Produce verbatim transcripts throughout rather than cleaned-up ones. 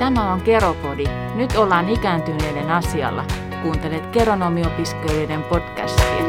Tämä on Keropodi. Nyt ollaan ikääntyneiden asialla. Kuuntelet geronomiopiskelijoiden podcastia.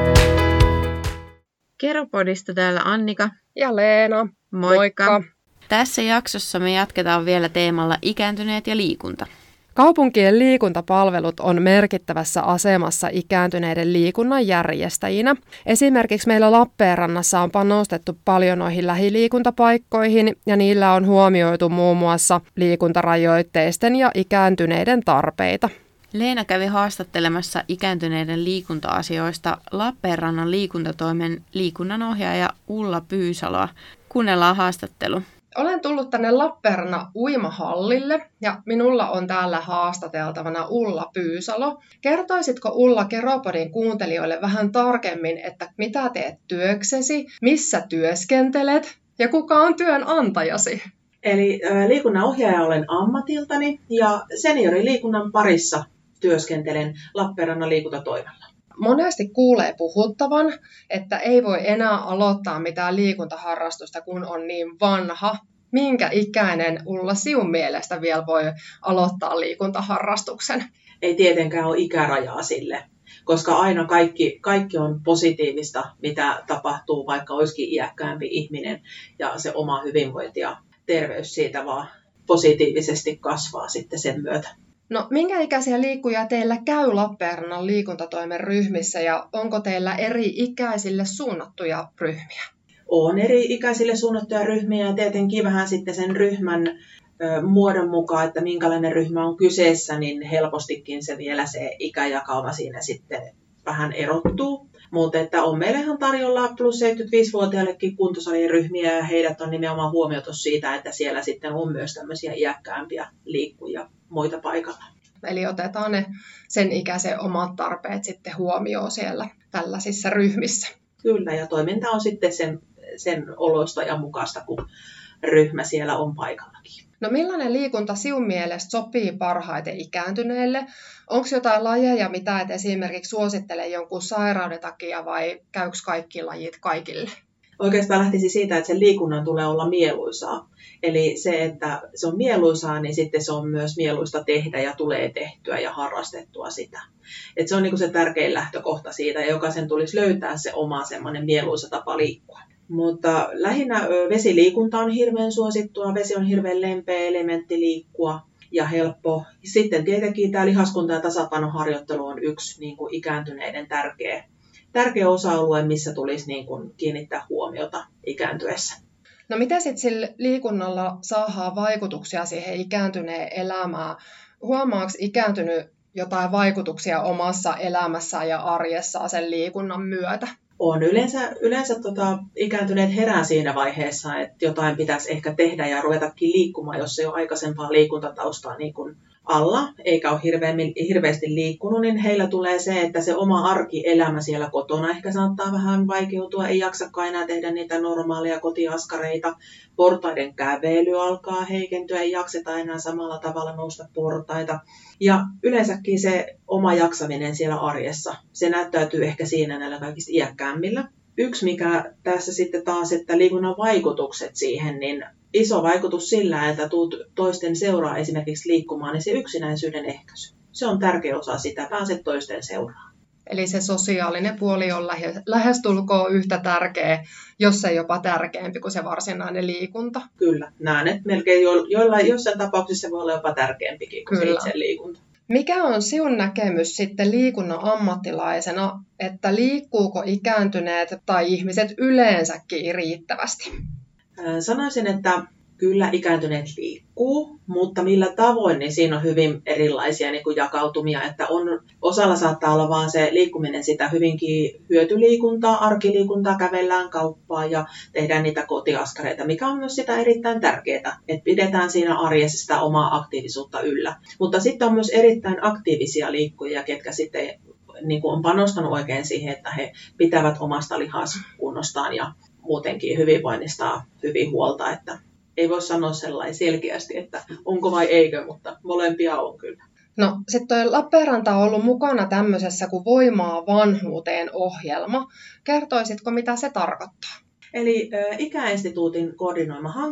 Keropodista täällä Annika ja Leena. Moikka. Moikka. Tässä jaksossa me jatketaan vielä teemalla ikääntyneet ja liikunta. Kaupunkien liikuntapalvelut on merkittävässä asemassa ikääntyneiden liikunnan järjestäjinä. Esimerkiksi meillä Lappeenrannassa on panostettu paljon noihin lähiliikuntapaikkoihin ja niillä on huomioitu muun muassa liikuntarajoitteisten ja ikääntyneiden tarpeita. Leena kävi haastattelemassa ikääntyneiden liikunta-asioista Lappeenrannan liikuntatoimen liikunnanohjaaja Ulla Pyysaloa. Kuunnellaan haastattelu. Olen tullut tänne Lappeenrannan uimahallille ja minulla on täällä haastateltavana Ulla Pyysalo. Kertoisitko Ulla Keropodin kuuntelijoille vähän tarkemmin, että mitä teet työksesi, missä työskentelet ja kuka on työnantajasi? Eli äh, liikunnanohjaaja olen ammatiltani ja senioriliikunnan parissa työskentelen Lappeenrannan liikuntatoimella. Monesti kuulee puhuttavan, että ei voi enää aloittaa mitään liikuntaharrastusta, kun on niin vanha. Minkä ikäinen Ulla sinun mielestä vielä voi aloittaa liikuntaharrastuksen? Ei tietenkään ole ikärajaa sille, koska aina kaikki, kaikki on positiivista, mitä tapahtuu, vaikka olisikin iäkkäämpi ihminen ja se oma hyvinvointi ja terveys siitä vaan positiivisesti kasvaa sitten sen myötä. No, minkä ikäisiä liikkujia teillä käy Lappeenrannan liikuntatoimen ryhmissä ja onko teillä eri ikäisille suunnattuja ryhmiä? On eri ikäisille suunnattuja ryhmiä ja tietenkin vähän sitten sen ryhmän ö, muodon mukaan, että minkälainen ryhmä on kyseessä, niin helpostikin se vielä se ikäjakauma siinä sitten vähän erottuu. Mutta että on meillä ihan tarjolla plus seitsemänkymmentäviisivuotiaillekin kuntosalien ryhmiä ja heidät on nimenomaan huomioitu siitä, että siellä sitten on myös tämmöisiä iäkkäämpiä liikkujia muita paikalla. Eli otetaan ne sen ikäisen omat tarpeet sitten huomioon siellä tällaisissa ryhmissä. Kyllä, ja toiminta on sitten sen, sen olosta ja mukaista, kun ryhmä siellä on paikallakin. No millainen liikunta sinun mielestä sopii parhaiten ikääntyneille? Onko jotain lajeja, mitä et esimerkiksi suosittele jonkun sairauden takia vai käykö kaikki lajit kaikille? Oikeastaan lähtisi siitä, että sen liikunnan tulee olla mieluisaa. Eli se, että se on mieluisaa, niin sitten se on myös mieluista tehdä ja tulee tehtyä ja harrastettua sitä. Et se on niin kuin se tärkein lähtökohta siitä, ja jokaisen tulisi löytää se oma semmoinen mieluisa tapa liikkua. Mutta lähinnä vesiliikunta on hirveän suosittua, vesi on hirveän lempeä elementti liikkua ja helppo. Sitten tietenkin tämä lihaskunta- ja tasapainoharjoittelu on yksi niin kuin ikääntyneiden tärkeä, tärkeä osa-alue, missä tulisi niin kuin kiinnittää huomiota ikääntyessä. No mitä sitten sillä liikunnalla saadaan vaikutuksia siihen ikääntyneen elämään? Huomaako ikääntynyt jotain vaikutuksia omassa elämässään ja arjessaan sen liikunnan myötä? On yleensä, yleensä tota, ikääntyneet herää siinä vaiheessa, että jotain pitäisi ehkä tehdä ja ruvetakin liikkumaan, jos ei ole aikaisempaa liikuntataustaa niin kuin alla, eikä ole hirveästi liikkunut, niin heillä tulee se, että se oma arkielämä siellä kotona ehkä saattaa vähän vaikeutua, ei jaksakaan enää tehdä niitä normaaleja kotiaskareita, portaiden kävely alkaa heikentyä, ei jakseta enää samalla tavalla nousta portaita. Ja yleensäkin se oma jaksaminen siellä arjessa, se näyttäytyy ehkä siinä näillä kaikista iäkkäämmillä. Yksi mikä tässä sitten taas, että liikunnan vaikutukset siihen, niin iso vaikutus sillä, että tuut toisten seuraa esimerkiksi liikkumaan, niin se yksinäisyyden ehkäisy. Se on tärkeä osa sitä, pääset toisten seuraan. Eli se sosiaalinen puoli on lähestulkoon yhtä tärkeä, jos ei jopa tärkeämpi kuin se varsinainen liikunta. Kyllä, näen, että melkein jo, jollain, jossain tapauksessa se voi olla jopa tärkeämpikin kuin Kyllä. se itse liikunta. Mikä on sinun näkemys sitten liikunnan ammattilaisena, että liikkuuko ikääntyneet tai ihmiset yleensäkin riittävästi? Sanoisin, että kyllä ikääntyneet liikkuu, mutta millä tavoin, niin siinä on hyvin erilaisia niin kuin jakautumia. Että on, osalla saattaa olla vaan se liikkuminen sitä hyvinkin hyötyliikuntaa, arkiliikuntaa, kävellään kauppaan ja tehdään niitä kotiaskareita, mikä on myös sitä erittäin tärkeää, että pidetään siinä arjessa sitä omaa aktiivisuutta yllä. Mutta sitten on myös erittäin aktiivisia liikkujia, ketkä sitten niin kuin on panostanut oikein siihen, että he pitävät omasta lihaskunnostaan ja muutenkin hyvinvoinnista hyvin huolta, että ei voi sanoa sellainen selkeästi, että onko vai eikö, mutta molempia on kyllä. No sitten toi Lappeenranta on ollut mukana tämmöisessä kuin Voimaa vanhuuteen -ohjelma. Kertoisitko, mitä se tarkoittaa? Eli ä, Ikäinstituutin koordinoima hanke,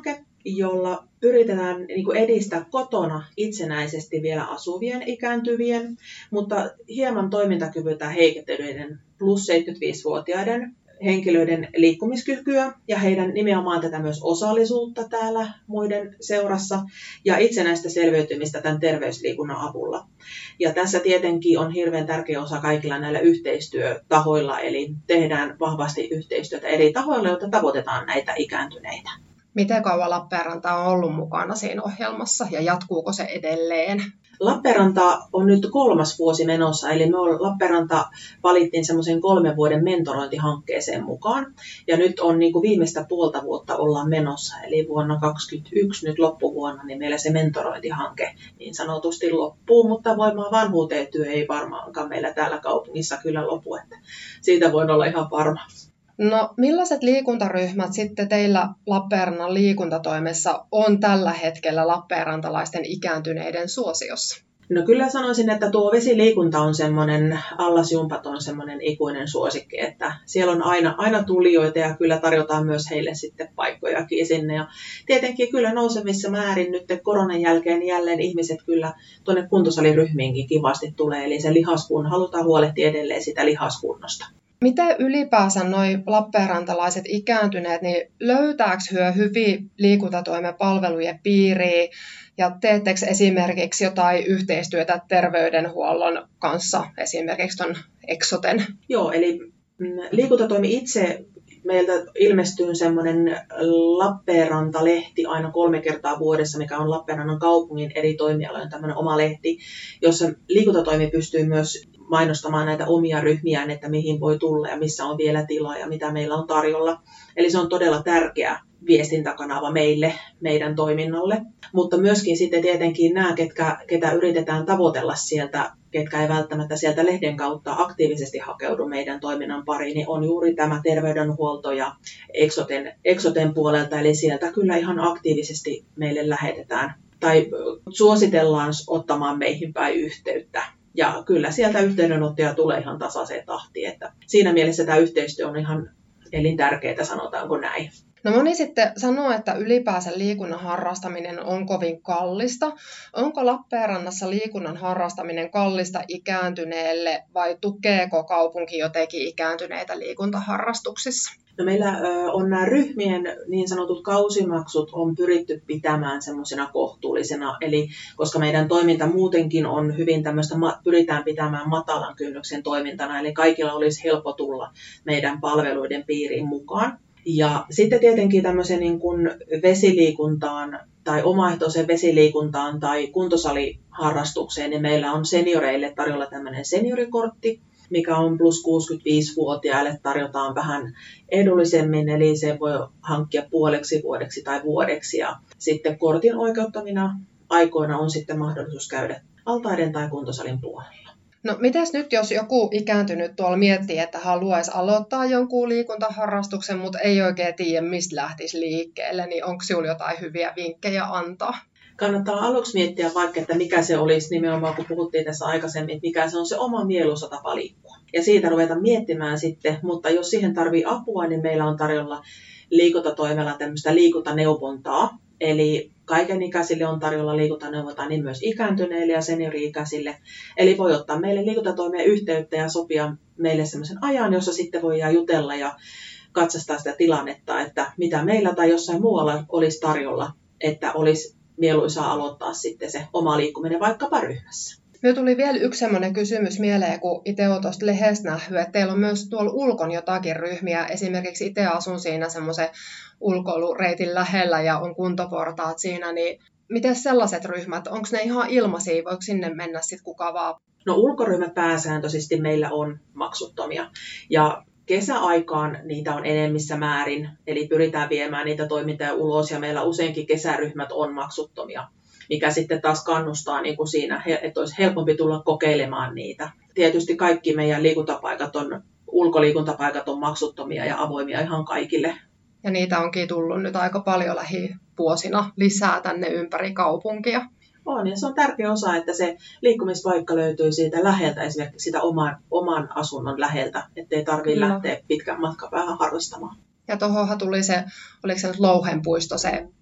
jolla pyritään niin kuin edistää kotona itsenäisesti vielä asuvien ikääntyvien, mutta hieman toimintakyvyltään heikentyneiden plus seitsemänkymmentäviisivuotiaiden henkilöiden liikkumiskykyä ja heidän nimenomaan tätä myös osallisuutta täällä muiden seurassa ja itsenäistä selviytymistä tämän terveysliikunnan avulla. Ja tässä tietenkin on hirveän tärkeä osa kaikilla näillä yhteistyötahoilla, eli tehdään vahvasti yhteistyötä eri tahoilla, joita tavoitetaan näitä ikääntyneitä. Miten kauan Lappeenranta on ollut mukana siinä ohjelmassa ja jatkuuko se edelleen? Lappeenranta on nyt kolmas vuosi menossa, eli me on, Lappeenranta valittiin semmoisen kolmen vuoden mentorointihankkeeseen mukaan. Ja nyt on niin kuin viimeistä puolta vuotta ollaan menossa, eli vuonna kaksituhattakaksikymmentäyksi nyt loppuvuonna, niin meillä se mentorointihanke niin sanotusti loppuu, mutta voimaa vanhuuteen työ ei varmaankaan meillä täällä kaupungissa kyllä lopu, että siitä voin olla ihan varma. No millaiset liikuntaryhmät sitten teillä Lappeenrannan liikuntatoimessa on tällä hetkellä lappeenrantalaisten ikääntyneiden suosiossa? No kyllä sanoisin, että tuo vesiliikunta on semmoinen, allasjumpat on semmoinen ikuinen suosikki, että siellä on aina, aina tulijoita ja kyllä tarjotaan myös heille sitten paikkojakin sinne. Ja tietenkin kyllä nousevissa määrin nyt koronan jälkeen jälleen ihmiset kyllä tuonne kuntosaliryhmiinkin kivasti tulee, eli se lihaskun, halutaan huolehtia edelleen sitä lihaskunnosta. Miten ylipäänsä noi lappeenrantalaiset ikääntyneet, niin löytääkö hyö hyvin liikuntatoimen palvelujen piiriin ja teettekö esimerkiksi jotain yhteistyötä terveydenhuollon kanssa, esimerkiksi tuon Exoten? Joo, eli liikuntatoimi itse, meiltä ilmestyy semmoinen Lappeenranta-lehti aina kolme kertaa vuodessa, mikä on Lappeenrannan kaupungin eri toimialojen tämmöinen oma lehti, jossa liikuntatoimi pystyy myös mainostamaan näitä omia ryhmiään, että mihin voi tulla ja missä on vielä tilaa ja mitä meillä on tarjolla. Eli se on todella tärkeä viestintäkanava meille, meidän toiminnalle. Mutta myöskin sitten tietenkin nämä, ketkä, ketä yritetään tavoitella sieltä, ketkä ei välttämättä sieltä lehden kautta aktiivisesti hakeudu meidän toiminnan pariin, niin on juuri tämä terveydenhuolto ja Exoten, Exoten puolelta. Eli sieltä kyllä ihan aktiivisesti meille lähetetään tai suositellaan ottamaan meihin päin yhteyttä. Ja kyllä sieltä yhteydenottoja tulee ihan tasaiseen tahtiin, että siinä mielessä tämä yhteistyö on ihan elintärkeää, sanotaanko näin. No moni sitten sanoo, että ylipäänsä liikunnan harrastaminen on kovin kallista. Onko Lappeenrannassa liikunnan harrastaminen kallista ikääntyneelle vai tukeeko kaupunki jotenkin ikääntyneitä liikuntaharrastuksissa? No meillä on nämä ryhmien niin sanotut kausimaksut on pyritty pitämään semmoisena kohtuullisena, eli koska meidän toiminta muutenkin on hyvin tämmöistä, pyritään pitämään matalan kynnyksen toimintana, eli kaikilla olisi helppo tulla meidän palveluiden piiriin mukaan. Ja sitten tietenkin tämmöisen niin kuin vesiliikuntaan tai omaehtoiseen vesiliikuntaan tai kuntosaliharrastukseen, niin meillä on senioreille tarjolla tämmöinen seniorikortti, mikä on plus kuusikymmentäviisivuotiaille tarjotaan vähän edullisemmin, eli se voi hankkia puoleksi vuodeksi tai vuodeksi. Ja sitten kortin oikeuttamina aikoina on sitten mahdollisuus käydä altaiden tai kuntosalin puolella. No mitäs nyt, jos joku ikääntynyt tuolla miettii, että haluaisi aloittaa jonkun liikuntaharrastuksen, mutta ei oikein tiedä, mistä lähtisi liikkeelle, niin onko sinulla jotain hyviä vinkkejä antaa? Kannattaa aluksi miettiä vaikka, että mikä se olisi nimenomaan, kun puhuttiin tässä aikaisemmin, että mikä se on se oma mieluisa tapa liikkua. Ja siitä ruveta miettimään sitten, mutta jos siihen tarvii apua, niin meillä on tarjolla liikuntatoimella tämmöistä liikuntaneuvontaa. Eli kaikenikäisille on tarjolla liikuntaneuvontaa, niin myös ikääntyneille ja seniori-ikäisille. Eli voi ottaa meille liikuntatoimeen yhteyttä ja sopia meille semmoisen ajan, jossa sitten voidaan jutella ja katsastaa sitä tilannetta, että mitä meillä tai jossain muualla olisi tarjolla, että olisi mieluisaa aloittaa sitten se oma liikkuminen vaikkapa ryhmässä. Nyt tuli vielä yksi sellainen kysymys mieleen, kun itse olen tuosta lehdestä nähnyt, että teillä on myös tuolla ulkon jotakin ryhmiä. Esimerkiksi itse asun siinä semmoisen ulkoilureitin lähellä ja on kuntoportaat siinä, niin miten sellaiset ryhmät, onko ne ihan ilmaisia, voiko sinne mennä sitten kuka vaan? No ulkoryhmät pääsääntöisesti meillä on maksuttomia ja kesäaikaan niitä on enemmissä määrin, eli pyritään viemään niitä toimintoja ulos ja meillä useinkin kesäryhmät on maksuttomia, mikä sitten taas kannustaa niin kuin siinä, että olisi helpompi tulla kokeilemaan niitä. Tietysti kaikki meidän liikuntapaikat on, ulkoliikuntapaikat on maksuttomia ja avoimia ihan kaikille. Ja niitä onkin tullut nyt aika paljon lähivuosina lisää tänne ympäri kaupunkia. On, ja se on tärkeä osa, että se liikkumispaikka löytyy siitä läheltä, esimerkiksi sitä oman, oman asunnon läheltä, ettei tarvitse lähteä pitkän matkan päähän harrastamaan. Ja tuohonhan tuli se, oliko se nyt Louhenpuisto, se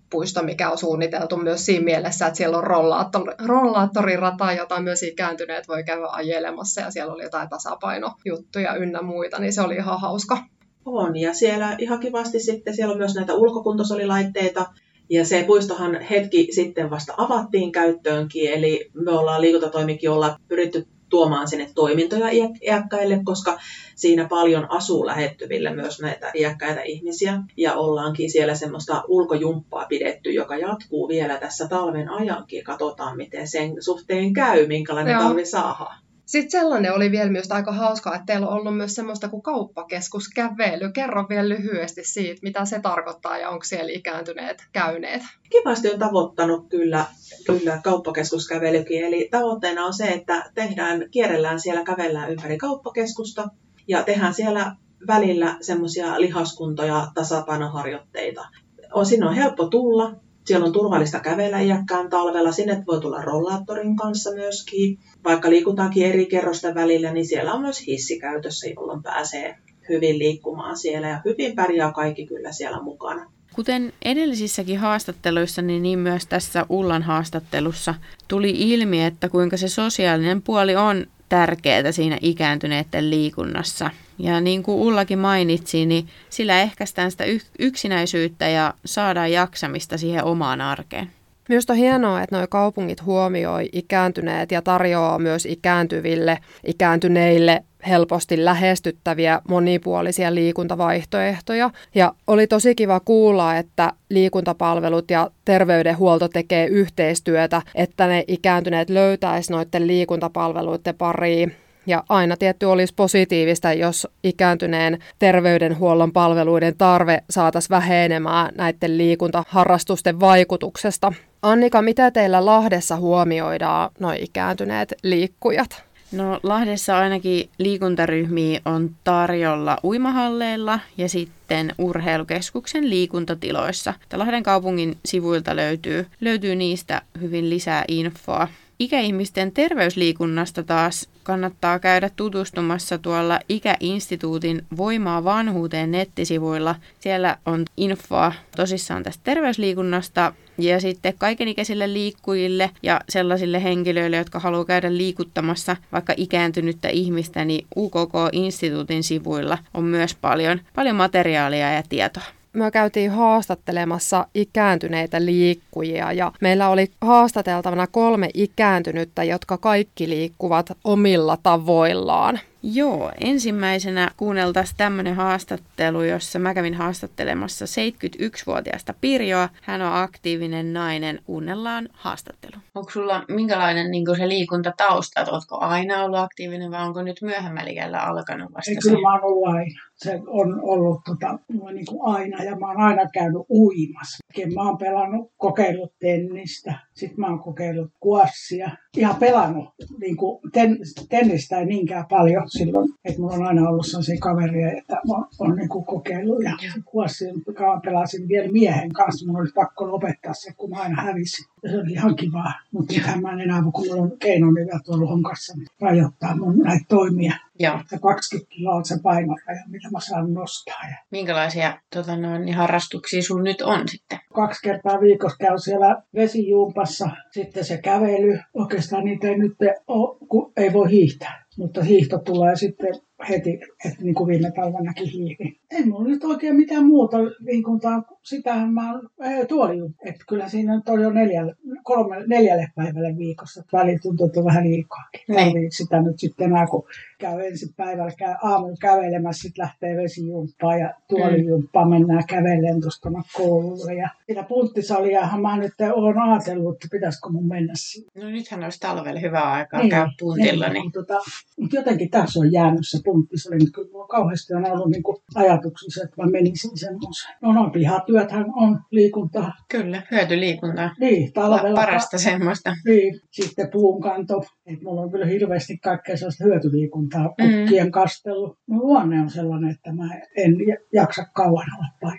puisto, mikä on suunniteltu myös siinä mielessä, että siellä on rollaattori, rollaattorirata, jota myös ikääntyneet voi käydä ajelemassa, ja siellä oli jotain tasapainojuttuja ynnä muita, niin se oli ihan hauska. On, ja siellä ihan kivasti sitten, siellä on myös näitä ulkokuntosalilaitteita, ja se puistohan hetki sitten vasta avattiin käyttöönkin, eli me ollaan liikuntatoimikin olla pyritty tuomaan sinne toimintoja iäkkäille, koska siinä paljon asuu lähettyvillä myös näitä iäkkäitä ihmisiä. Ja ollaankin siellä semmoista ulkojumppaa pidetty, joka jatkuu vielä tässä talven ajankin. Katsotaan, miten sen suhteen käy, minkälainen Joo. talvi saadaan. Sitten sellainen oli vielä myös aika hauskaa, että teillä on ollut myös semmoista kuin kauppakeskuskävely. Kerro vielä lyhyesti siitä, mitä se tarkoittaa ja onko siellä ikääntyneet käyneet. Kivasti on tavoittanut kyllä, kyllä kauppakeskuskävelykin. Eli tavoitteena on se, että tehdään, kierrellään siellä, kävellään ympäri kauppakeskusta ja tehdään siellä välillä semmoisia lihaskuntoja, tasapainoharjoitteita. On, sinne on helppo tulla. Siellä on turvallista kävellä iäkkään talvella. Sinne voi tulla rollaattorin kanssa myöskin. Vaikka liikutaankin eri kerrosten välillä, niin siellä on myös hissi käytössä, jolloin pääsee hyvin liikkumaan siellä. Ja hyvin pärjää kaikki kyllä siellä mukana. Kuten edellisissäkin haastatteluissa, niin, niin myös tässä Ullan haastattelussa tuli ilmi, että kuinka se sosiaalinen puoli on tärkeää siinä ikääntyneiden liikunnassa. Ja niin kuin Ullakin mainitsi, niin sillä ehkäistään sitä yksinäisyyttä ja saadaan jaksamista siihen omaan arkeen. Minusta on hienoa, että nuo kaupungit huomioi ikääntyneet ja tarjoaa myös ikääntyville, ikääntyneille helposti lähestyttäviä monipuolisia liikuntavaihtoehtoja. Ja oli tosi kiva kuulla, että liikuntapalvelut ja terveydenhuolto tekee yhteistyötä, että ne ikääntyneet löytäisi noiden liikuntapalveluiden pariin. Ja aina tietty olisi positiivista, jos ikääntyneen terveydenhuollon palveluiden tarve saataisiin vähenemään näiden liikuntaharrastusten vaikutuksesta. Annika, mitä teillä Lahdessa huomioidaan nuo ikääntyneet liikkujat? No Lahdessa ainakin liikuntaryhmiä on tarjolla uimahalleilla ja sitten urheilukeskuksen liikuntatiloissa. Lahden kaupungin sivuilta löytyy, löytyy niistä hyvin lisää infoa. Ikäihmisten terveysliikunnasta taas kannattaa käydä tutustumassa tuolla Ikäinstituutin Voimaa vanhuuteen nettisivuilla. Siellä on infoa tosissaan tästä terveysliikunnasta ja sitten kaikenikäisille liikkujille ja sellaisille henkilöille, jotka haluaa käydä liikuttamassa vaikka ikääntynyttä ihmistä, niin U K K-instituutin sivuilla on myös paljon, paljon materiaalia ja tietoa. Me käytiin haastattelemassa ikääntyneitä liikkujia ja meillä oli haastateltavana kolme ikääntynyttä, jotka kaikki liikkuvat omilla tavoillaan. Joo, ensimmäisenä kuunneltaisiin tämmöinen haastattelu, jossa mä kävin haastattelemassa seitsemänkymmentäyksivuotiaasta Pirjoa. Hän on aktiivinen nainen. Kuunnellaan haastattelu. Onko sulla minkälainen niin se liikuntatausta? Oletko aina ollut aktiivinen vai onko nyt myöhemmällä iällä alkanut vasta Ei, se? Kyllä mä oon ollut aina. Se on ollut tota, niin kuin aina ja mä oon aina käynyt uimassa. Mä oon pelannut, kokeillut tennistä, sitten mä oon kokeillut kuossia. Ihan pelannut niin kuin ten, tennistä ei niinkään paljon silloin, että mulla on aina ollut sellaisia kaveria, että mä oon niin kuin kokeillut ja kuossia pelasin vielä miehen kanssa. Mun oli pakko lopettaa se, kun mä aina hävisin. Se oli ihan kivaa, mutta sitähän mä en enää, kun mulla on keinonivel tuolla honkassa, niin rajoittaa mun näitä toimia. Joo. Ja kaksikymmentä kiloa on se painoraja, mitä mä saan nostaa. Ja minkälaisia tota, no, niin harrastuksia sulla nyt on sitten? Kaksi kertaa viikossa käy siellä vesijumpassa, sitten se kävely. Oikeastaan niitä ei nyt ole, kun ei voi hiihtää, mutta hiihto tulee sitten heti, että niin kuin viime talvenakin hiihdin. Ei mulla nyt oikein mitään muuta liikuntaa, sitähän mä tuolin, että kyllä siinä nyt on jo neljälle, kolme, neljälle päivälle viikossa. Välillä tuntuu, että on vähän liikaakin. Tarvii sitä nyt sitten enää, kun käy ensin päivällä, käy aamulla kävelemässä, sitten lähtee vesijumppaan ja tuolijumppaan mennään kävelemään tuosta koululle. Ja sitä punttisaliahan mä nyt oon ajatellut, että pitäisikö mun mennä siihen. No nythän olisi talvella hyvää aikaa niin, käydä puntilla. Niin. Tota, mutta jotenkin tässä on jäänyt se punttisali, mutta kyllä mulla kauheasti on ollut niin kuin ajatuksissa, että mä menisin semmoiseen. No no, pihatyöthän on liikuntaa. Kyllä, hyötyliikuntaa. Niin, talvella. Parasta semmoista. Niin, sitten puunkanto. Että mulla on kyllä hirveästi kaikkea sellaista hyötyliikuntaa, pukkien mm. kastelu. No luonne on sellainen, että mä en jaksa kauan olla paikoilla.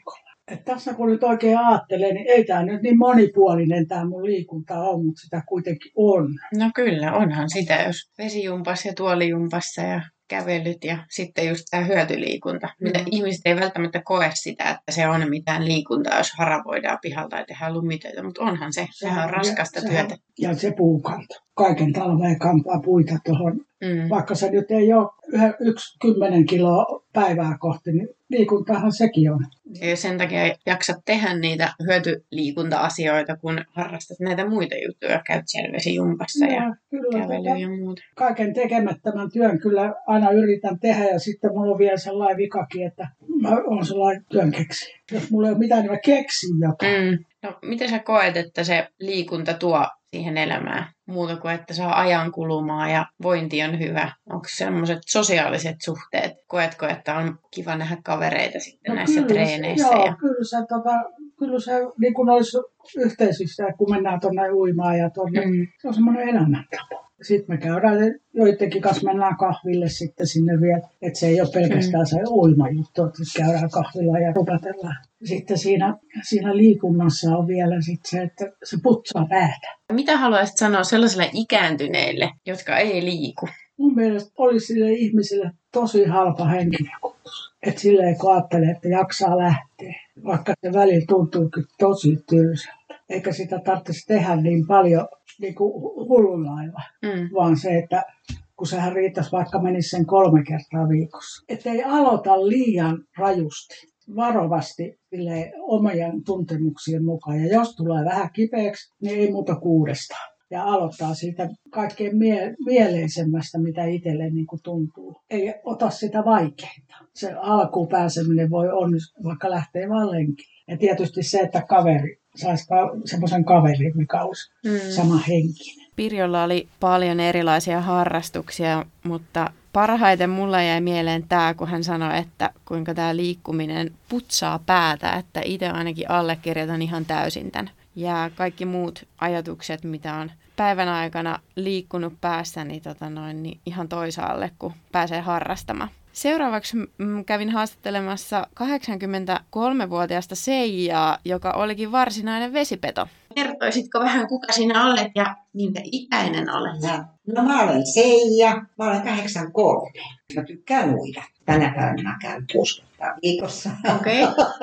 että tässä kun nyt oikein ajattelee, niin ei tämä nyt niin monipuolinen tämä mun liikunta on, mutta sitä kuitenkin on. No kyllä, onhan sitä, jos vesijumpassa ja tuolijumpassa ja kävelyt ja sitten just tämä hyötyliikunta. Mitä ihmiset ei välttämättä koe sitä, että se on mitään liikuntaa, jos haravoidaan pihalta tai tehdään lumitöitä, mutta onhan se. Sehän on raskasta ja, työtä. Ja se puukanto. Kaiken talveen kantaa puita tuohon. Mm. Vaikka se nyt ei ole yksi kymmenen kiloa päivää kohti, niin liikuntahan sekin on. Ja sen takia jaksat tehdä niitä hyötyliikunta-asioita, kun harrastat näitä muita juttuja. Käyt siellä vesijumpassa ja, ja kävelyä ja muuta. Kaiken tekemättömän työn kyllä aina yritän tehdä ja sitten mulla on vielä sellainen vikakin, että mä oon sellainen työn keksijä. Jos mulla ei ole mitään, niin mä keksin jotain. Mm. No, miten sä koet, että se liikunta tuo siihen elämään? Muuta kuin, että saa ajan kulumaan ja vointi on hyvä. Onko sellaiset sosiaaliset suhteet? Koetko, että on kiva nähdä kavereita sitten no näissä kyllä, treeneissä? Joo, ja... kyllä se, tota, kyllä se niin kuin olisi yhteisössä, kun mennään tuonne uimaan ja tuonne. Mm. Se on semmoinen elämäntapa. Sitten me käydään, joidenkin kanssa mennään kahville sitten sinne vielä. Että se ei ole pelkästään mm. se uimajuttu, että käydään kahvilla ja rupatellaan. Sitten siinä, siinä liikunnassa on vielä sitten se, että se putsaa päätä. Mitä haluaisit sanoa sellaisille ikääntyneille, jotka ei liiku? Mun mielestä olisi sille ihmiselle tosi halpa henkinen kuntos. Että silleen kun ajattelee, että jaksaa lähteä. Vaikka se välillä tuntuukin tosi tylsältä. Eikä sitä tarvitsisi tehdä niin paljon niin kuin hullunlailla. Mm. Vaan se, että kun sehän riittäisi vaikka menisi sen kolme kertaa viikossa. Että ei aloita liian rajusti. Varovasti omien tuntemuksien mukaan. Ja jos tulee vähän kipeäksi, niin ei muuta kuudestaan. Ja aloittaa siitä kaikkein mie- mieleisemmästä, mitä itselle niin kuin tuntuu. Ei ota sitä vaikeinta. Se alkuun pääseminen voi onnistua, vaikka lähtee vaan lenkille. Ja tietysti se, että kaveri saisi ka- semmoisen kaverin, mikä olisi mm. sama henkinen. Pirjolla oli paljon erilaisia harrastuksia, mutta parhaiten mulla jäi mieleen tämä, kun hän sanoi, että kuinka tämä liikkuminen putsaa päätä, että itse ainakin allekirjoitan ihan täysin tämän. Ja kaikki muut ajatukset, mitä on päivän aikana liikkunut päässä, niin, tota noin, niin ihan toisaalle, kun pääsee harrastamaan. Seuraavaksi kävin haastattelemassa kahdeksankymmentäkolmevuotiaasta Seijaa, joka olikin varsinainen vesipeto. Kertoisitko vähän, kuka sinä olet ja minkä ikäinen olet? No, no mä olen Seija, mä olen kahdeksankymmentäkolme. Mä tykkään uida. Tänä päivänä mä käyn kuusi kertaa viikossa. Okay.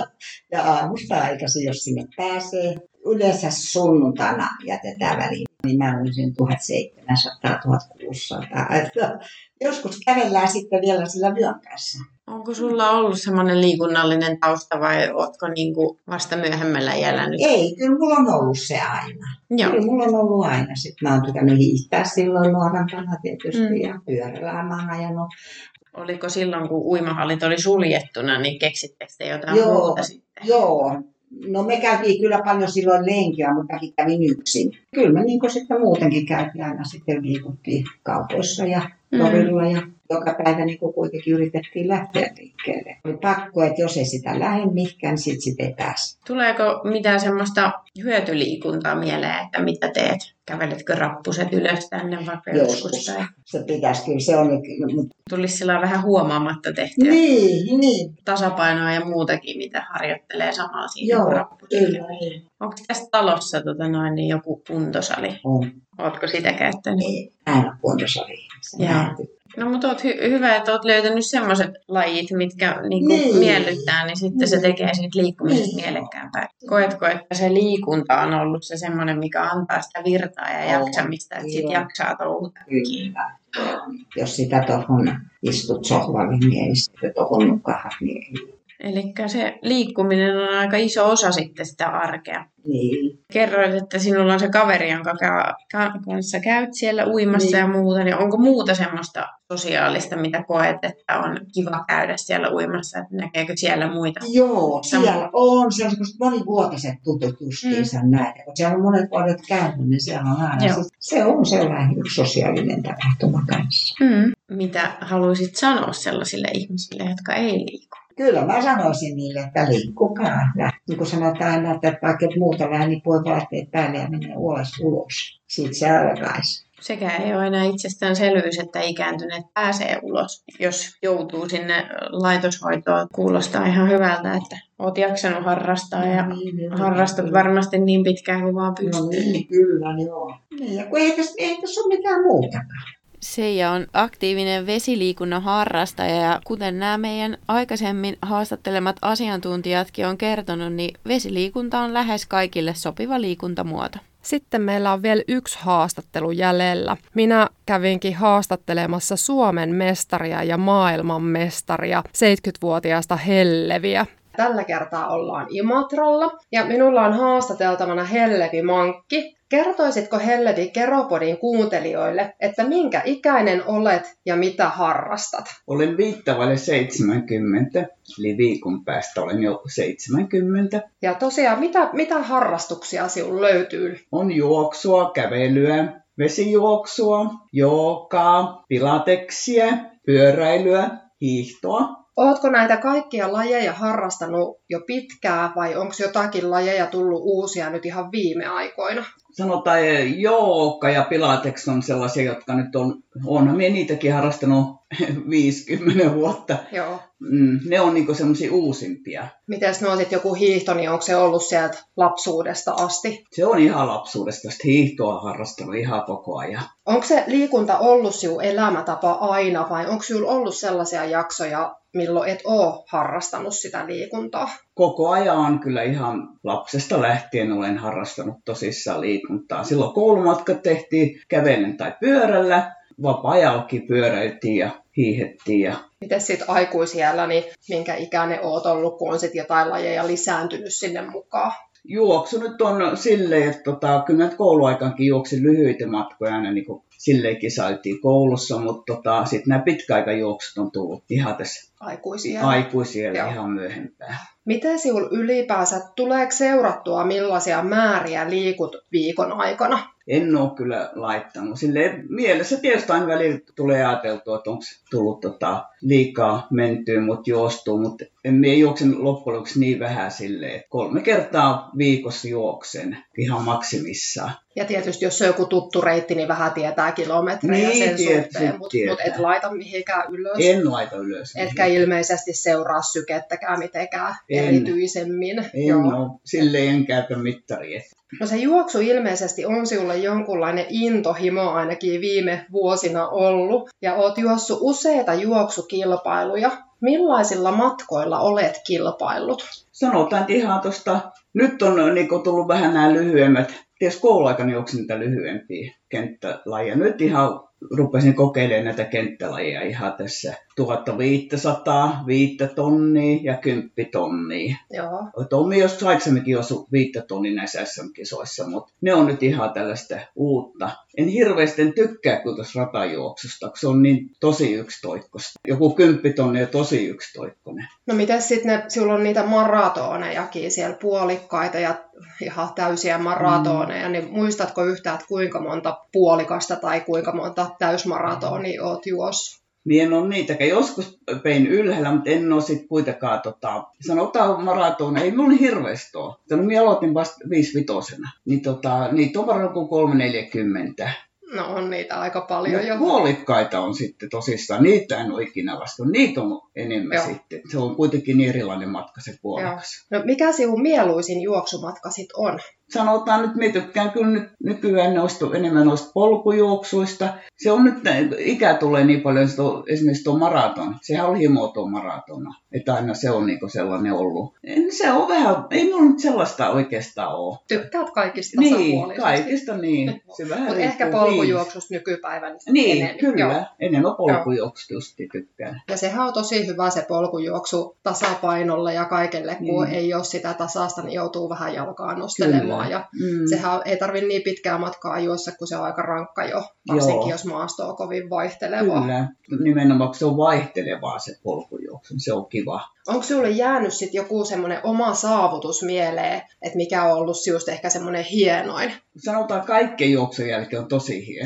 Ja aamusta aikaisin, jos sinne pääsee. Yleensä sunnuntaina jätetään väliin, niin mä olisin tuhatseitsemänsataa tuhatkuusisataa. Joskus kävellään sitten vielä sillä vyön kanssa. Onko sulla ollut semmoinen liikunnallinen tausta vai ootko niinku vasta myöhemmällä iällä nyt? Ei, kyllä mulla on ollut se aina. Joo. Kyllä mulla on ollut aina. Sitten mä oon tykännyt hiihtää silloin nuorempana tietysti mm. ja pyörällä mä oon ajanut. Oliko silloin, kun uimahallit oli suljettuna, niin keksittekö te jotain joo, muuta sitten? Joo. No me käytiin kyllä paljon silloin lenkiä, mutta mäkin kävin yksin. Kyllä me niin kuin sitten muutenkin käytiin aina sitten liikuttiin kaupoissa ja torilla mm. ja joka päivä niin kuin kuitenkin yritettiin lähteä liikkeelle. Oli pakko, että jos ei sitä lähde mihinkään, niin sitten sit ei pääse. Tuleeko mitään semmoista hyötyliikuntaa mieleen, että mitä teet? Käveletkö rappuset ylös tänne vaikka joskus? Joskus. Se pitäisi kyllä, se on. Tulisi sillä vähän huomaamatta tehtyä. Niin, niin. Tasapainoa ja muutakin, mitä harjoittelee samalla siinä joo, rappusilla. Onko tässä talossa tota noin, niin joku kuntosali? On. Ootko sitä käyttänyt? Ei, aina kuntosali. No mutta oot hy- hyvä, että oot löytänyt semmoiset lajit, mitkä niinku niin. miellyttää, niin sitten niin. se tekee siitä liikkumisesta niin. mielekkäämpää. Koetko, että se liikunta on ollut se semmoinen, mikä antaa sitä virtaa ja jaksamista, että sitten jaksaa touhuta? Kyllä. Jos sitä tuohon istut sohvalle, niin ei sitten tuohon nukahat, niin ei. Eli se liikkuminen on aika iso osa sitten sitä arkea. Niin. Kerroit, että sinulla on se kaveri, jonka kanssa käyt siellä uimassa niin. ja muuta. Niin onko muuta semmoista sosiaalista, mitä koet, että on kiva käydä siellä uimassa? Että näkeekö siellä muita? Joo, siellä on sellaiset monivuotiset tutut justiinsa mm. näitä. Kun siellä on monet vuodet käynyt, niin siellä on aina. Siis se on sellainen yksi sosiaalinen tapahtuma kanssa. Mm. Mitä haluaisit sanoa sellaisille ihmisille, jotka ei liiku? Kyllä mä sanoisin niille, että liikkukaa. Ja niin kuin sanotaan aina, että vaikka muuta vähän, niin voi vaatteet päälle ja mennä ulos ulos. Siitä se alkaisi. Sekään ei ole aina itsestäänselvyys, että ikääntyneet pääsee ulos. Jos joutuu sinne laitoshoitoon, kuulostaa ihan hyvältä, että olet jaksanut harrastaa ja no niin, harrastat kyllä varmasti niin pitkään kuin vaan pystyy. No niin, kyllä, joo. Niin, ja kun ei tässä, ei tässä ole mitään muutakaan. Seija on aktiivinen vesiliikunnan harrastaja ja kuten nämä meidän aikaisemmin haastattelemat asiantuntijatkin on kertonut, niin vesiliikunta on lähes kaikille sopiva liikuntamuoto. Sitten meillä on vielä yksi haastattelu jäljellä. Minä kävinkin haastattelemassa Suomen mestaria ja maailman mestaria, seitsemänkymmentävuotiaasta Helleviä. Tällä kertaa ollaan Imatralla ja minulla on haastateltavana Hellevi Mankki. Kertoisitko Hellevi Keropodin kuuntelijoille, että minkä ikäinen olet ja mitä harrastat? Olen viittavalle seitsemänkymmentä, eli viikon päästä olen jo seitsemänkymmentä. Ja tosiaan, mitä, mitä harrastuksia sinulla löytyy? On juoksua, kävelyä, vesijuoksua, joogaa, pilateksia, pyöräilyä, hiihtoa. Oletko näitä kaikkia lajeja harrastanut jo pitkään vai onko jotakin lajeja tullut uusia nyt ihan viime aikoina? Sanotaan jooga ja pilates on sellaisia, jotka nyt on, onhan minä niitäkin harrastanut viisikymmentä vuotta. Joo. Mm, ne on niinku semmoisia uusimpia. Mites no sit joku hiihto, niin onko se ollut sieltä lapsuudesta asti? Se on ihan lapsuudesta, hiihtoa harrastanut ihan koko ajan. Onko se liikunta ollut sinun elämäntapa aina vai onko sinulla ollut sellaisia jaksoja, milloin et ole harrastanut sitä liikuntaa? Koko ajan on kyllä ihan lapsesta lähtien olen harrastanut tosissaan liikuntaa. Silloin koulumatkat tehtiin kävellen tai pyörällä. Vapaa-ajallakin pyöräiltiin ja hiihettiin. Ja... Miten sitten aikuisiällä, niin minkä ikäinen oot ollut, kun on sitten jotain lajeja lisääntynyt sinne mukaan? Juoksu nyt on silleen, että tota, kyllä nyt kouluaikaankin juoksin lyhyitä matkoja aina niin kuin silleen kisailtiin koulussa, mutta tota, sitten nämä pitkäaikajuoksut on tullut ihan tässä aikuisiällä, aikuisiällä ihan myöhempään. Miten sinulla ylipäänsä, tuleeko seurattua millaisia määriä liikut viikon aikana? En ole kyllä laittanut. Silleen mielessä tietysti aina välillä tulee ajateltua, että onko tullut tota liikaa mentyä, mutta juostuu. Mutta en minä juoksen loppujen lopuksi niin vähän silleen, että kolme kertaa viikossa juoksen ihan maksimissaan. Ja tietysti jos se on joku tuttu reitti, niin vähän tietää kilometrejä niin, sen tiet, suhteen, mutta mut et laita mihinkään ylös. En laita ylös. Etkä ilmeisesti seuraa sykettäkään mitenkään en, erityisemmin. En Joo. ole, silleen en käytä mittaria. No se juoksu ilmeisesti on sinulle jonkunlainen intohimo ainakin viime vuosina ollut. Ja oot juossut useita juoksukilpailuja. Millaisilla matkoilla olet kilpaillut? Sanotaan, että ihan tuosta, nyt on niin tullut vähän nämä lyhyemmät. Tietysti kouluaikana juoksin niitä lyhyempiä kenttälajeja. Nyt ihan rupesin kokeilemaan näitä kenttälajeja ihan tässä tuhatviisisataa, viittä tonnia ja kymppi tonnia. Joo. Tommi jos aikaisemminkin juossut viittä tonnia näissä S M-kisoissa, mutta ne on nyt ihan tällaista uutta. En hirveästi tykkää kuin tuossa ratajuoksusta, kun se on niin tosi yksitoikkoista. Joku kymppi tonnia ja tosi yksitoikkoinen. No miten sitten sinulla on niitä maratonejakin siellä, puolikkaita ja ihan täysiä maratoneja, mm. niin muistatko yhtään, että kuinka monta puolikasta tai kuinka monta täysmaratonia olet juossut? Minä en ole niitäkään. Joskus pein ylhäällä, mutta en ole sitten kuitenkaan, tota, sanotaan maratona, ei minulla hirveästi ole. Minä aloitin vasta viisivitosena, niin tota, niitä on varmaan kuin kolme neljäkymmentä. No on niitä aika paljon no, jo. Puolikkaita on sitten tosissaan, niitä en ole ikinä vasta, niitä on enemmän Joo. sitten. Se on kuitenkin niin erilainen matka se puolikas. Joo. No mikä sinun mieluisin juoksumatka sitten on? Sanotaan nyt, minä tykkään kyllä nyt nykyään noista, enemmän noista polkujuoksuista. Se on nyt, ikä tulee niin paljon, että esimerkiksi tuo maraton, sehän oli himo tuo maratona. Että aina se on niinku sellainen ollut. Se on vähän, ei minulla nyt sellaista oikeastaan ole. Tykkäät kaikista tasapuolisesti? Niin, kaikista niin. Mutta ehkä polkujuoksusta nykypäivän niin, enemmän. Kyllä, Joo. enemmän polkujuoksusta just tykkään. Ja sehän on tosi hyvä se polkujuoksu tasapainolle ja kaikelle, kun niin. ei ole sitä tasasta, niin joutuu vähän jalkaa nostelemaan. Ja mm. sehän ei tarvitse niin pitkää matkaa juossa, kun se on aika rankka jo, varsinkin Joo. jos maasto on kovin vaihtelevaa. Kyllä, nimenomaan kun se on vaihtelevaa se polkujuoksu, se on kiva. Onko sinulle jäänyt sitten joku semmoinen oma saavutus mieleen, että mikä on ollut just ehkä semmoinen hienoin? Sanotaan kaikkien juoksun jälkeen on tosi hienoa.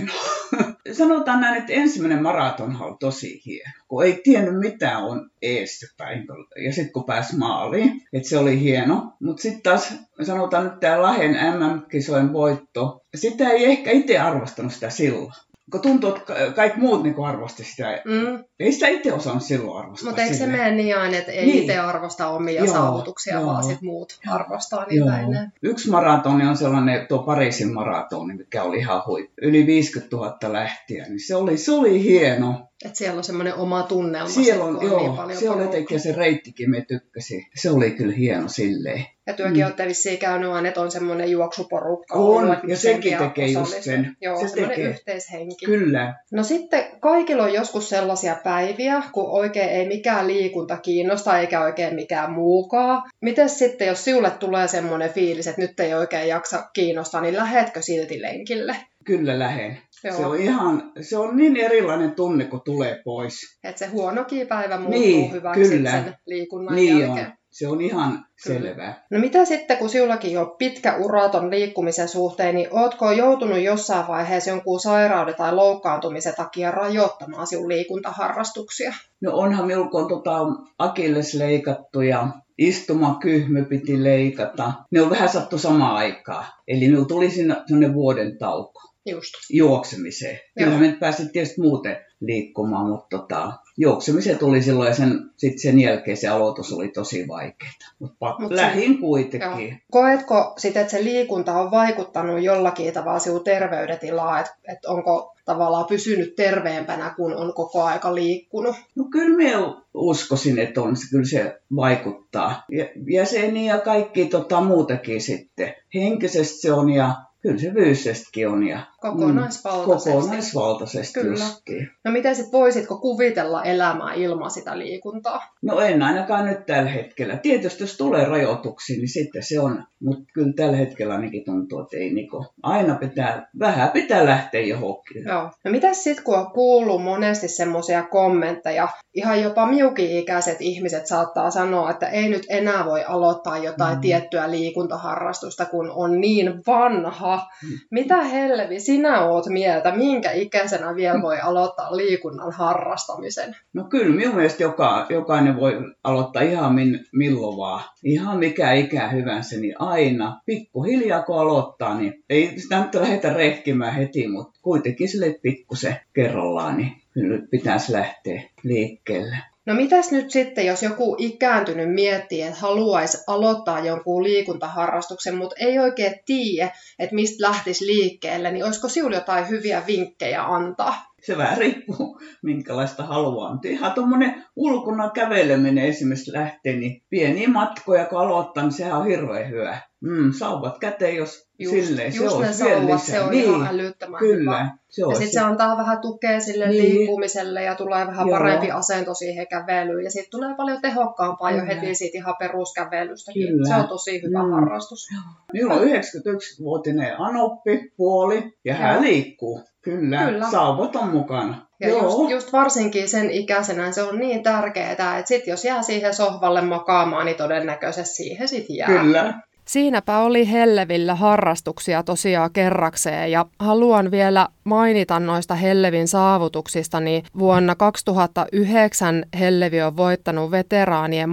Sanotaan näin, että ensimmäinen maratonhan on tosi hieno, kun ei tiennyt mitään on eessäpäin. Ja sitten kun pääsi maaliin, että se oli hieno. Mutta sitten taas sanotaan nyt tämä Lahden M M-kisojen voitto, sitä ei ehkä itse arvostanut sitä silloin. Kun tuntuu, että kaikki muut niin arvosti sitä. Mm. Ei sitä itse osannut silloin arvostaa. Mutta eikö se mene niin aina, että ei niin. itse arvosta omia joo, saavutuksia, joo. vaan sitten muut arvostaa niitä enää? Yksi maratoni on sellainen, tuo Pariisin maratoni, mikä oli ihan huippu. Yli viisikymmentätuhatta lähtiä, niin se oli, se oli hieno. Että siellä on semmoinen oma tunnelma. Siellä on, joo, niin paljon siellä on etenkin se reittikin, me tykkäsin. Se oli kyllä hieno silleen. Ja työkin mm. olette vissiin käynyt aina, että on semmoinen juoksuporukka. On, ollut, ja sekin tekee just sen. Joo, se semmoinen tekee. Yhteishenki. Kyllä. No sitten kaikilla on joskus sellaisia päiviä, kun oikein ei mikään liikunta kiinnosta, eikä oikein mikään muukaan. Mites sitten, jos sinulle tulee semmoinen fiilis, että nyt ei oikein jaksa kiinnostaa, niin lähetkö silti lenkille? Kyllä lähen. Se on, ihan, se on niin erilainen tunne, kun tulee pois. Että se huonokin päivä muuttuu niin, hyväksi kyllä. sen liikunnan niin jälkeen. On. Se on ihan selvää. No mitä sitten, kun sinullakin jo pitkä uraton liikkumisen suhteen, niin ootko joutunut jossain vaiheessa jonkun sairauden tai loukkaantumisen takia rajoittamaan sinun liikuntaharrastuksia? No onhan minulla on tota akilles leikattu ja istumakyhmy piti leikata. Ne on vähän sattu samaan aikaan. Eli minulla tuli sinne vuoden tauko. Just. Juoksemiseen. Kyllähän me pääsit tietysti muuten liikkumaan, mutta tota, juoksemiseen tuli silloin ja sen, sit sen jälkeen se aloitus oli tosi vaikeaa. Mutta Mut lähin se, kuitenkin. Joo. Koetko sitten, että se liikunta on vaikuttanut jollakin tavalla sinun terveydentilaan, että et onko tavallaan pysynyt terveempänä, kun on koko aika liikkunut? No kyllä minä uskoisin, että on, kyllä se vaikuttaa. Jäseniä ja kaikki tota, muutakin sitten. Henkisesti se on ja kyllä se fyysisestikin on. Ja, kokonaisvaltaisesti. Mm, kokonaisvaltaisesti kyllä. Justiin. No miten sitten voisitko kuvitella elämää ilman sitä liikuntaa? No en ainakaan nyt tällä hetkellä. Tietysti jos tulee rajoituksia, niin sitten se on. Mutta kyllä tällä hetkellä ainakin tuntuu, että ei niinku. Aina pitää, vähän pitää lähteä johonkin. Joo. No mitäs sitten kun on kuullut monesti semmoisia kommentteja, ihan jopa miuki-ikäiset ihmiset saattaa sanoa, että ei nyt enää voi aloittaa jotain mm. tiettyä liikuntaharrastusta, kun on niin vanha. Mm. Mitä helvi sinä oot mieltä? Minkä ikäisenä vielä voi aloittaa liikunnan harrastamisen? No kyllä, minun mielestä joka, jokainen voi aloittaa ihan min, milloin vaan. Ihan mikä ikä hyvänsä, niin aina. Pikkuhiljaa kun aloittaa, niin ei sitä nyt lähdetä rehkimään heti, mutta kuitenkin sille pikkusen kerrallaan, niin kyllä pitäisi lähteä liikkeelle. No mitäs nyt sitten, jos joku ikääntynyt miettii, että haluaisi aloittaa jonkun liikuntaharrastuksen, mutta ei oikein tiedä, että mistä lähtisi liikkeelle, niin olisiko sinulla jotain hyviä vinkkejä antaa? Se vähän riippuu, minkälaista haluaa. Mutta ihan tuommoinen ulkona käveleminen esimerkiksi lähtee, niin pieniä matkoja kun aloittaa, niin sehän on hirveän hyvä. Mm, sauvat käteen, jos just, silleen, just se on ne sauvat, se on niin, ihan älyttömän kyllä, hyvä. Se ja sitten se antaa vähän tukea sille niin. liikkumiselle ja tulee vähän Joo. parempi asento siihen kävelyyn. Ja sitten tulee paljon tehokkaampaa jo heti siitä ihan peruskävelystäkin. Kyllä. Se on tosi hyvä mm. harrastus. Minulla on yhdeksänkymmentäyksivuotinen anoppi, puoli ja Joo. hän liikkuu. Kyllä, Kyllä. sauvat on mukana. Ja just, just varsinkin sen ikäisenä se on niin tärkeää, että sit jos jää siihen sohvalle makaamaan, niin todennäköisesti siihen sit jää. Kyllä. Siinäpä oli Hellevillä harrastuksia tosiaan kerrakseen ja haluan vielä mainita noista Hellevin saavutuksista, niin vuonna kaksituhattayhdeksän Hellevi on voittanut veteraanien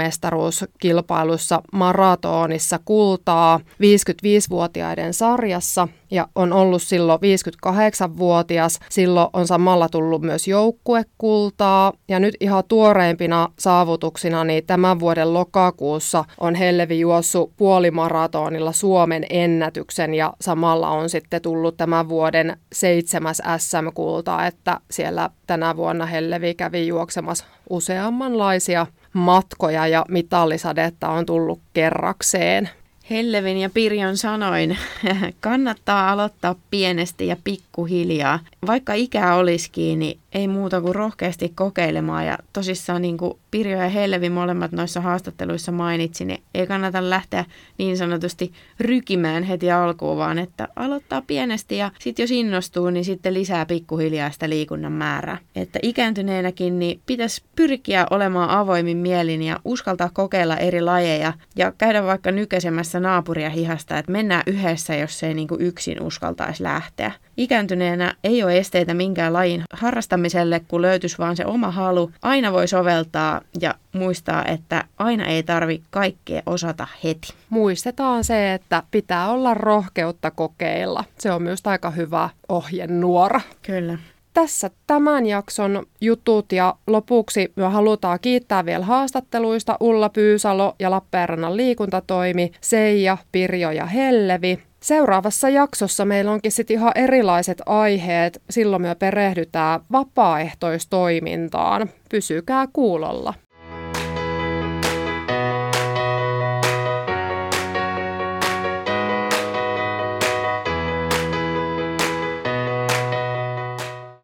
maailmanmestaruuskilpailussa maratonissa kultaa viisikymmentäviisivuotiaiden sarjassa ja on ollut silloin viisikymmentäkahdeksanvuotias. Silloin on samalla tullut myös joukkuekultaa ja nyt ihan tuoreimpina saavutuksina niin tämän vuoden lokakuussa on Hellevi juossut puolimaratonilla Suomen ennätyksen ja samalla on sitten tullut tämän vuoden seitsemäs S M-kultaa, että siellä tänä vuonna Hellevi kävi juoksemassa useammanlaisia matkoja ja mitallisadetta on tullut kerrakseen. Hellevin ja Pirjon sanoin, kannattaa aloittaa pienesti ja pikkuhiljaa. Vaikka ikä olisikin, niin ei muuta kuin rohkeasti kokeilemaan. Ja tosissaan niin kuin Pirjo ja Hellevi molemmat noissa haastatteluissa mainitsin, niin ei kannata lähteä niin sanotusti rykimään heti alkuun, vaan että aloittaa pienesti ja sitten jos innostuu, niin sitten lisää pikkuhiljaa sitä liikunnan määrää. Että ikääntyneenäkin niin pitäisi pyrkiä olemaan avoimin mielin ja uskaltaa kokeilla eri lajeja ja käydä vaikka nykäisemässä naapuria hihasta, että mennään yhdessä, jos ei niin kuin yksin uskaltaisi lähteä. Ikääntyneenä ei ole esteitä minkään lajin harrastamiselle, kun löytyisi vaan se oma halu. Aina voi soveltaa ja muistaa, että aina ei tarvitse kaikkea osata heti. Muistetaan se, että pitää olla rohkeutta kokeilla. Se on myös aika hyvä ohjenuora. Kyllä. Tässä tämän jakson jutut ja lopuksi me halutaan kiittää vielä haastatteluista Ulla Pyysalo ja Lappeenrannan liikuntatoimi, Seija, Pirjo ja Hellevi. Seuraavassa jaksossa meillä onkin sitten ihan erilaiset aiheet. Silloin me perehdytään vapaaehtoistoimintaan. Pysykää kuulolla.